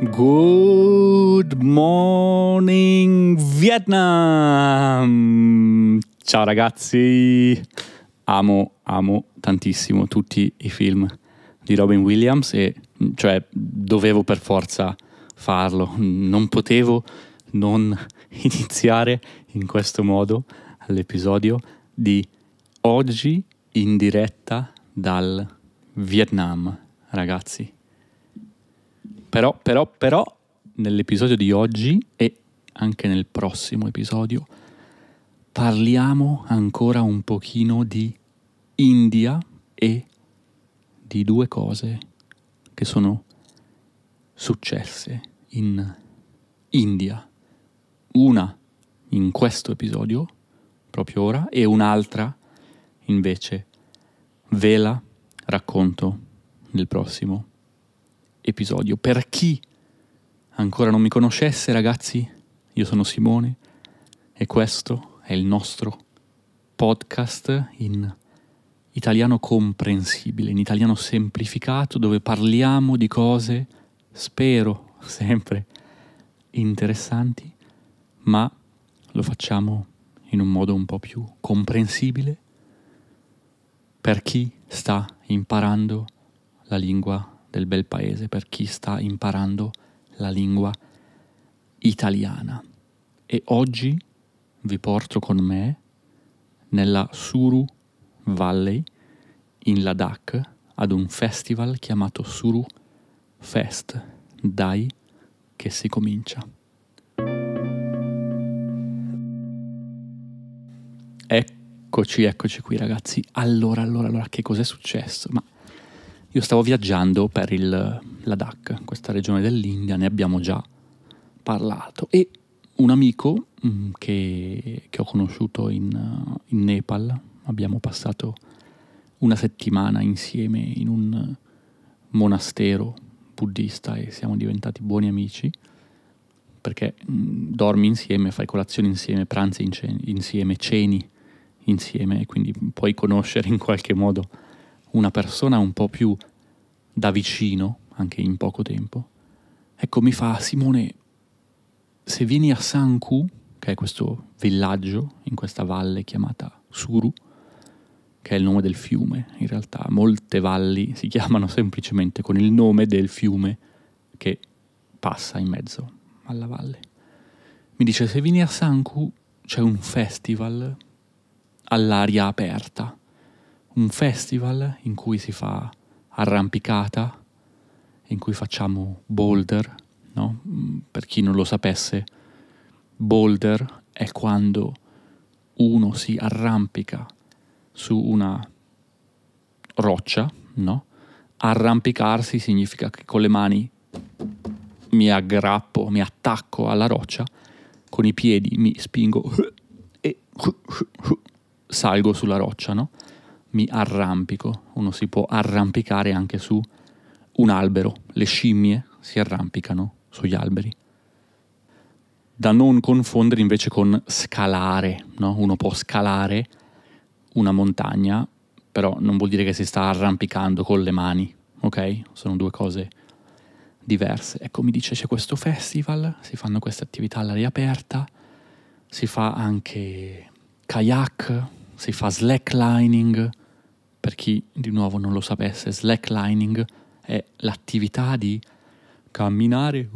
Good morning Vietnam! Ciao ragazzi! Amo tantissimo tutti i film di Robin Williams e cioè dovevo per forza farlo, non potevo non iniziare in questo modo l'episodio di oggi in diretta dal Vietnam, ragazzi. Però, nell'episodio di oggi e anche nel prossimo episodio parliamo ancora un pochino di India e di due cose che sono successe in India. Una in questo episodio, proprio ora, e un'altra invece ve la racconto nel prossimo episodio. Per chi ancora non mi conoscesse, ragazzi, io sono Simone e questo è il nostro podcast in italiano comprensibile, in italiano semplificato, dove parliamo di cose, spero, sempre interessanti, ma lo facciamo in un modo un po' più comprensibile per chi sta imparando la lingua del bel paese, per chi sta imparando la lingua italiana. E oggi vi porto con me nella Suru Valley in Ladakh ad un festival chiamato Suru Fest. Dai che si comincia. Eccoci qui ragazzi. Allora, che cos'è successo? Ma io stavo viaggiando per il Ladakh, questa regione dell'India, ne abbiamo già parlato, e un amico che ho conosciuto in Nepal, abbiamo passato una settimana insieme in un monastero buddista e siamo diventati buoni amici, perché dormi insieme, fai colazione insieme, pranzi insieme, ceni insieme, e quindi puoi conoscere in qualche modo una persona un po' più da vicino, anche in poco tempo. Ecco, mi fa: Simone, se vieni a Sanku, che è questo villaggio in questa valle chiamata Suru, che è il nome del fiume, in realtà molte valli si chiamano semplicemente con il nome del fiume che passa in mezzo alla valle. Mi dice: se vieni a Sanku c'è un festival all'aria aperta, un festival in cui si fa arrampicata, in cui facciamo boulder, no? Per chi non lo sapesse, boulder è quando uno si arrampica su una roccia, no? Arrampicarsi significa che con le mani mi aggrappo, mi attacco alla roccia, con i piedi mi spingo e salgo sulla roccia, no? Mi arrampico. Uno si può arrampicare anche su un albero. Le scimmie si arrampicano sugli alberi. Da non confondere invece con scalare, no? Uno può scalare una montagna, però non vuol dire che si sta arrampicando con le mani, ok? Sono due cose diverse. Ecco, mi dice: c'è questo festival, si fanno queste attività all'aria aperta, si fa anche kayak, si fa slacklining. Per chi di nuovo non lo sapesse, slacklining è l'attività di camminare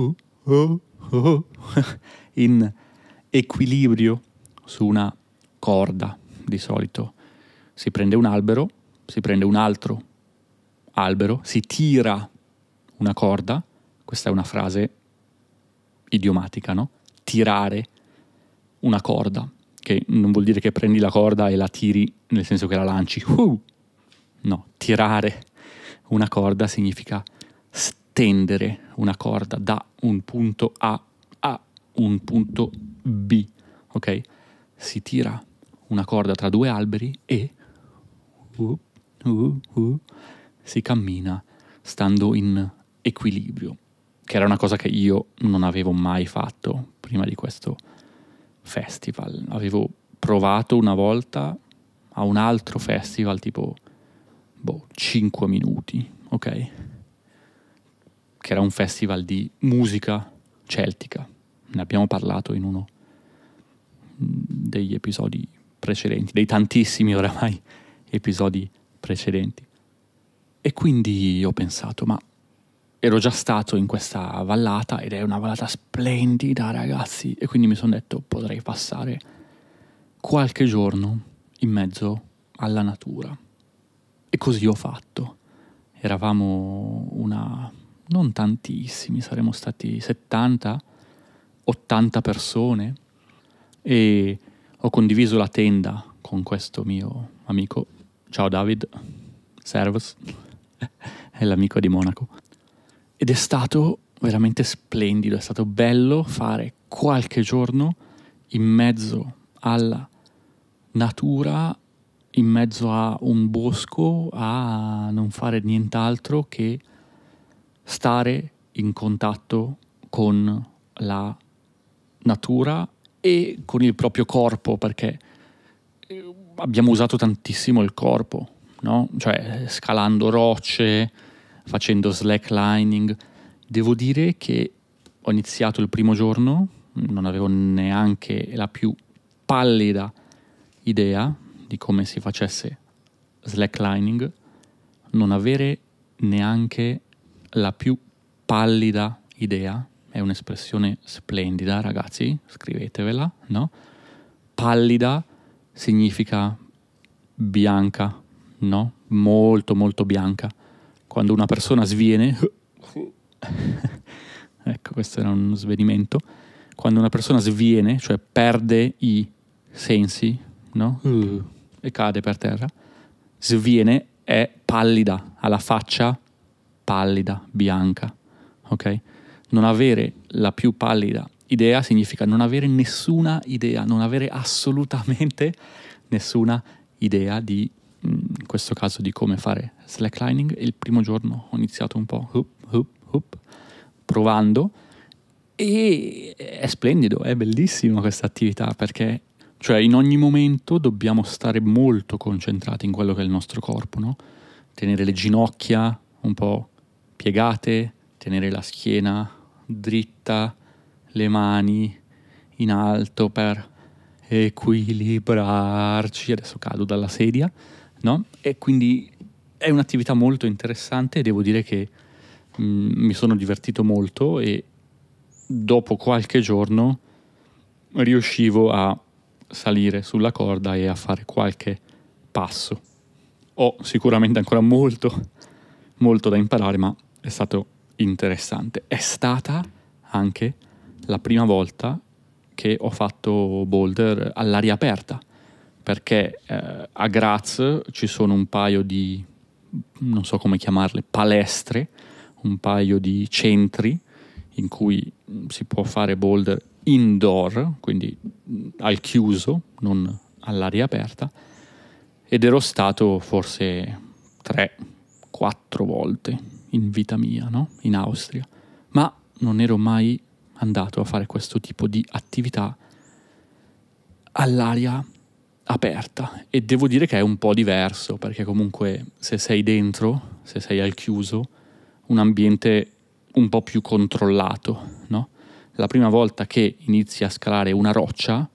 in equilibrio su una corda. Di solito si prende un albero, si prende un altro albero, si tira una corda. Questa è una frase idiomatica, no? Tirare una corda, che non vuol dire che prendi la corda e la tiri nel senso che la lanci. No, tirare una corda significa stendere una corda da un punto A a un punto B, ok? Si tira una corda tra due alberi e si cammina stando in equilibrio, che era una cosa che io non avevo mai fatto prima di questo festival. Avevo provato una volta a un altro festival tipo 5 minuti, ok? che era un festival di musica celtica. Ne abbiamo parlato in uno degli episodi precedenti, dei tantissimi oramai episodi precedenti. E quindi ho pensato, ma ero già stato in questa vallata ed è una vallata splendida, ragazzi, e quindi mi sono detto potrei passare qualche giorno in mezzo alla natura. E così ho fatto. Eravamo non tantissimi, saremmo stati 70, 80 persone, e ho condiviso la tenda con questo mio amico. Ciao David, servus, è l'amico di Monaco. Ed è stato veramente splendido, è stato bello fare qualche giorno in mezzo alla natura, in mezzo a un bosco, a non fare nient'altro che stare in contatto con la natura e con il proprio corpo, perché abbiamo usato tantissimo il corpo, no? Cioè scalando rocce, facendo slacklining. Devo dire che ho iniziato il primo giorno, non avevo neanche la più pallida idea di come si facesse slacklining, non avere neanche la più pallida idea, è un'espressione splendida, ragazzi, scrivetevela, no? Pallida significa bianca, no? Molto molto bianca. Quando una persona sviene, ecco, questo era un svenimento, quando una persona sviene, cioè perde i sensi, no? E cade per terra, sviene, è pallida, ha la faccia pallida, bianca, ok? Non avere la più pallida idea significa non avere nessuna idea, non avere assolutamente nessuna idea di, in questo caso, di come fare slacklining. E il primo giorno ho iniziato un po' provando, e è splendido, è bellissima questa attività, perché cioè in ogni momento dobbiamo stare molto concentrati in quello che è il nostro corpo, no? Tenere le ginocchia un po' piegate, tenere la schiena dritta, le mani in alto per equilibrarci. Adesso cado dalla sedia, no? E quindi è un'attività molto interessante, e devo dire che mi sono divertito molto, e dopo qualche giorno riuscivo a salire sulla corda e a fare qualche passo. Ho sicuramente ancora molto da imparare, ma è stato interessante. È stata anche la prima volta che ho fatto boulder all'aria aperta, perché a Graz ci sono un paio di, non so come chiamarle, palestre, un paio di centri in cui si può fare boulder indoor, quindi al chiuso, non all'aria aperta, ed ero stato forse 3-4 volte in vita mia, no? In Austria, ma non ero mai andato a fare questo tipo di attività all'aria aperta, e devo dire che è un po' diverso, perché comunque se sei dentro, se sei al chiuso, un ambiente un po' più controllato, no? La prima volta che inizi a scalare una roccia,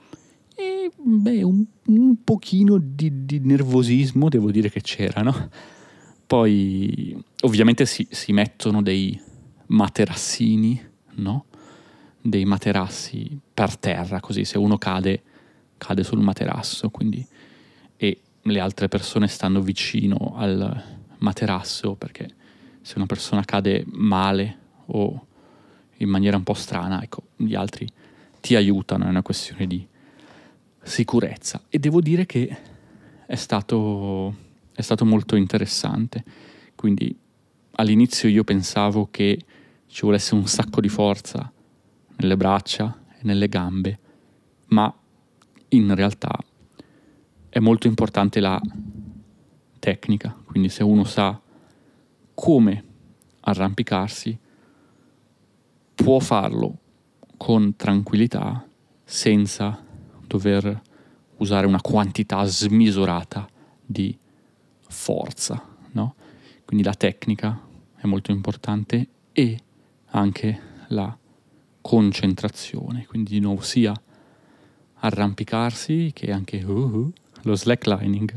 un pochino di nervosismo devo dire che c'era, no? Poi ovviamente si mettono dei materassini, no? Dei materassi per terra, così se uno cade sul materasso, quindi, e le altre persone stanno vicino al materasso, perché se una persona cade male o in maniera un po' strana, ecco, gli altri ti aiutano, è una questione di sicurezza. E devo dire che è stato molto interessante. Quindi all'inizio io pensavo che ci volesse un sacco di forza nelle braccia e nelle gambe, ma in realtà è molto importante la tecnica. Quindi se uno sa come arrampicarsi, può farlo con tranquillità, senza dover usare una quantità smisurata di forza, no? Quindi la tecnica è molto importante, e anche la concentrazione, quindi di nuovo sia arrampicarsi che anche lo slacklining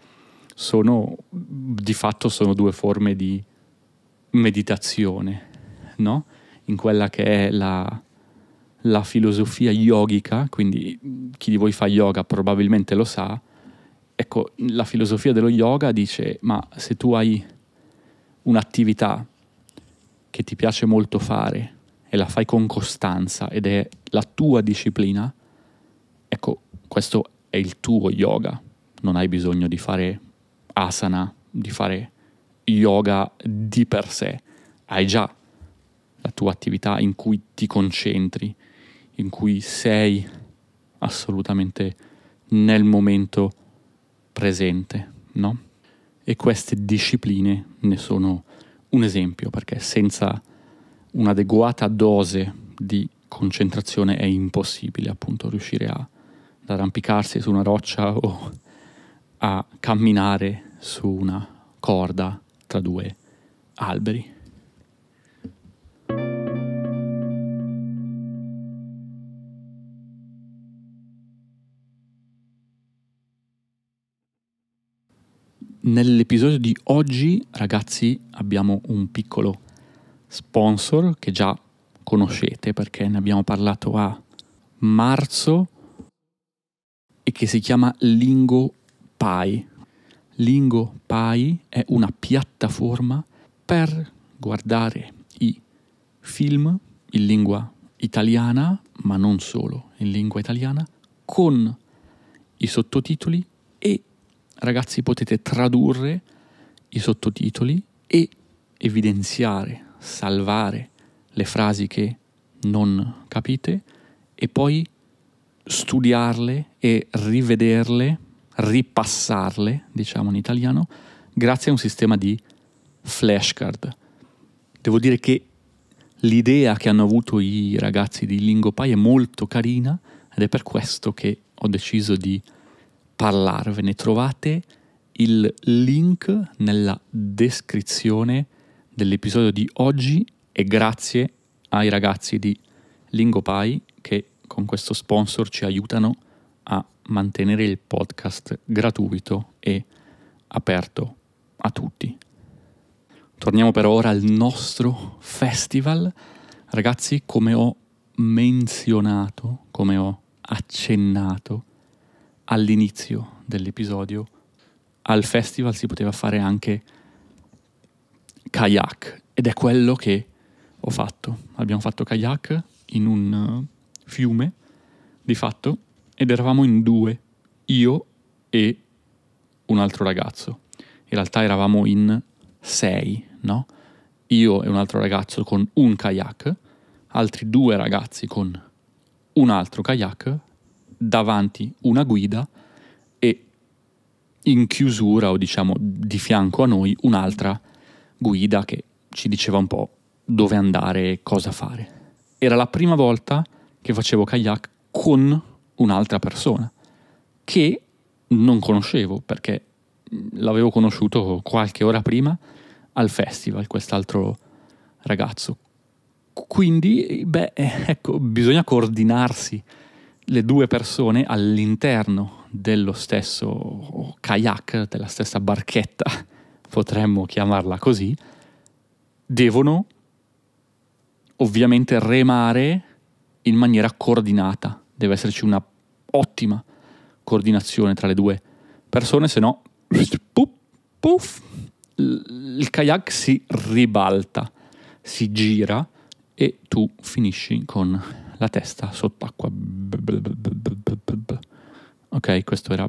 di fatto sono due forme di meditazione, no? In quella che è la filosofia yogica, quindi chi di voi fa yoga probabilmente lo sa. Ecco, la filosofia dello yoga dice: ma se tu hai un'attività che ti piace molto fare e la fai con costanza ed è la tua disciplina, ecco, questo è il tuo yoga. Non hai bisogno di fare asana, di fare yoga di per sé. Hai già la tua attività in cui ti concentri, in cui sei assolutamente nel momento presente, no? E queste discipline ne sono un esempio, perché senza un'adeguata dose di concentrazione è impossibile appunto riuscire ad arrampicarsi su una roccia o a camminare su una corda tra due alberi. Nell'episodio di oggi, ragazzi, abbiamo un piccolo sponsor che già conoscete perché ne abbiamo parlato a marzo e che si chiama LingoPie. LingoPie è una piattaforma per guardare i film in lingua italiana, ma non solo in lingua italiana, con i sottotitoli, e ragazzi potete tradurre i sottotitoli e evidenziare, salvare le frasi che non capite e poi studiarle e rivederle, ripassarle, diciamo in italiano, grazie a un sistema di flashcard. Devo dire che l'idea che hanno avuto i ragazzi di LingoPie è molto carina ed è per questo che ho deciso di parlarvene. Trovate il link nella descrizione dell'episodio di oggi e grazie ai ragazzi di LingoPie che con questo sponsor ci aiutano a mantenere il podcast gratuito e aperto a tutti. Torniamo per ora al nostro festival. Ragazzi, come ho menzionato, come ho accennato all'inizio dell'episodio, al festival si poteva fare anche kayak ed è quello che ho fatto. Abbiamo fatto kayak in un fiume, di fatto, ed eravamo in due, io e un altro ragazzo. In realtà eravamo in 6, no? Io e un altro ragazzo con un kayak, altri 2 ragazzi con un altro kayak, davanti una guida e in chiusura, o diciamo di fianco a noi, un'altra guida che ci diceva un po' dove andare e cosa fare. Era la prima volta che facevo kayak con un'altra persona che non conoscevo perché l'avevo conosciuto qualche ora prima al festival, quest'altro ragazzo. Quindi, ecco, bisogna coordinarsi le 2 persone all'interno dello stesso kayak, della stessa barchetta, potremmo chiamarla così, devono ovviamente remare in maniera coordinata. Deve esserci una ottima coordinazione tra le 2 persone, se no il kayak si ribalta, si gira e tu finisci con la testa sott'acqua. Ok, questo era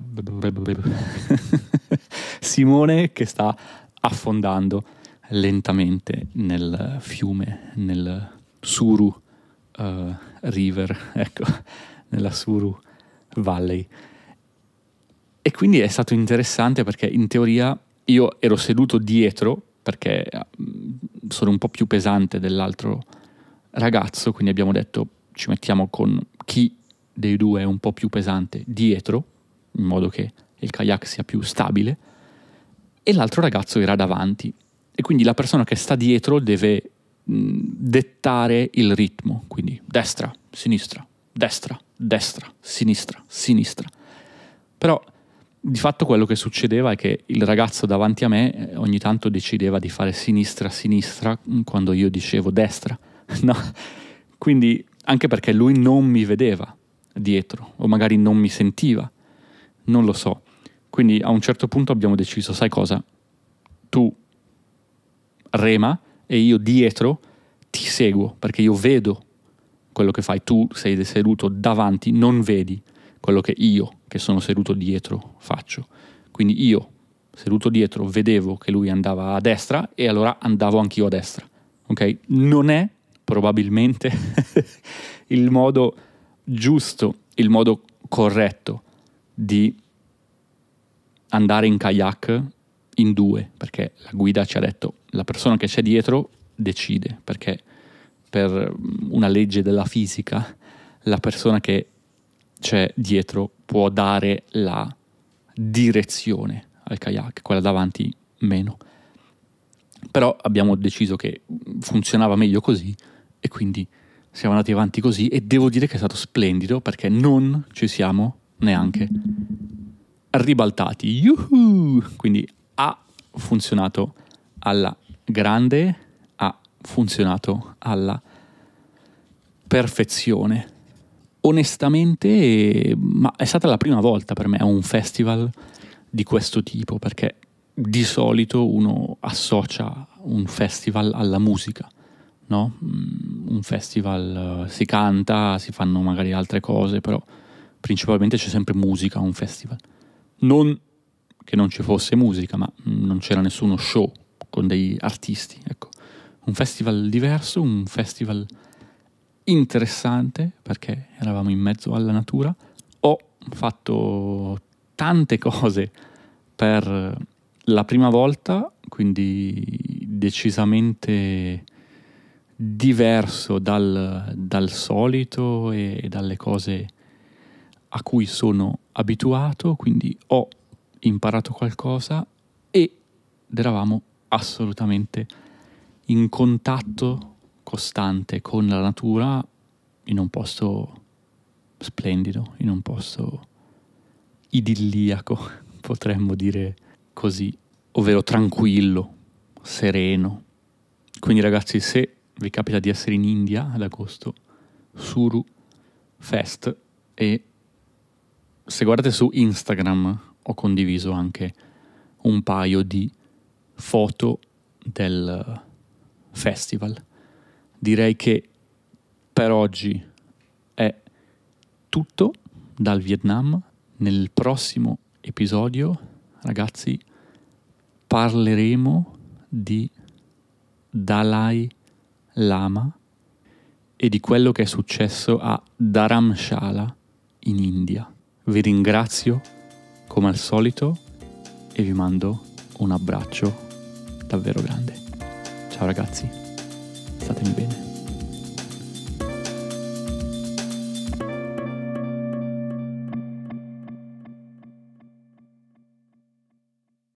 Simone che sta affondando lentamente nel fiume, nel Suru River, ecco, nella Suru Valley. E quindi è stato interessante perché in teoria io ero seduto dietro perché sono un po' più pesante dell'altro ragazzo, quindi abbiamo detto ci mettiamo con chi dei 2 è un po' più pesante dietro, in modo che il kayak sia più stabile, e l'altro ragazzo era davanti. E quindi la persona che sta dietro deve dettare il ritmo, quindi destra, sinistra, destra, destra, sinistra, sinistra. Però di fatto quello che succedeva è che il ragazzo davanti a me ogni tanto decideva di fare sinistra, sinistra quando io dicevo destra, no? Quindi anche perché lui non mi vedeva dietro o magari non mi sentiva, non lo so. Quindi a un certo punto abbiamo deciso, sai cosa? Tu rema e io dietro ti seguo perché io vedo quello che fai. Tu sei seduto davanti, non vedi quello che io, che sono seduto dietro, faccio. Quindi io, seduto dietro, vedevo che lui andava a destra e allora andavo anch'io a destra. Ok? Non è probabilmente il modo giusto, il modo corretto di andare in kayak in due, perché la guida ci ha detto la persona che c'è dietro decide, perché per una legge della fisica la persona che c'è dietro può dare la direzione al kayak, quella davanti meno. Però abbiamo deciso che funzionava meglio così e quindi siamo andati avanti così e devo dire che è stato splendido perché non ci siamo neanche ribaltati. Yuhu! Quindi ha funzionato alla grande, ha funzionato alla perfezione. Onestamente, ma è stata la prima volta per me a un festival di questo tipo, perché di solito uno associa un festival alla musica, no? Un festival si canta, si fanno magari altre cose, però principalmente c'è sempre musica a un festival. Non che non ci fosse musica, ma non c'era nessuno show con degli artisti, ecco. Un festival diverso, un festival interessante perché eravamo in mezzo alla natura. Ho fatto tante cose per la prima volta, quindi decisamente diverso dal solito e dalle cose a cui sono abituato, quindi ho imparato qualcosa ed eravamo assolutamente in contatto costante con la natura in un posto splendido, in un posto idilliaco, potremmo dire così, ovvero tranquillo, sereno. Quindi ragazzi, se vi capita di essere in India ad agosto, Suru Fest, e se guardate su Instagram ho condiviso anche un paio di foto del festival. Direi che per oggi è tutto dal Vietnam. Nel prossimo episodio, ragazzi, parleremo di Dalai Lama e di quello che è successo a Dharamshala in India. Vi ringrazio come al solito e vi mando un abbraccio davvero grande. Ciao ragazzi, statemi bene.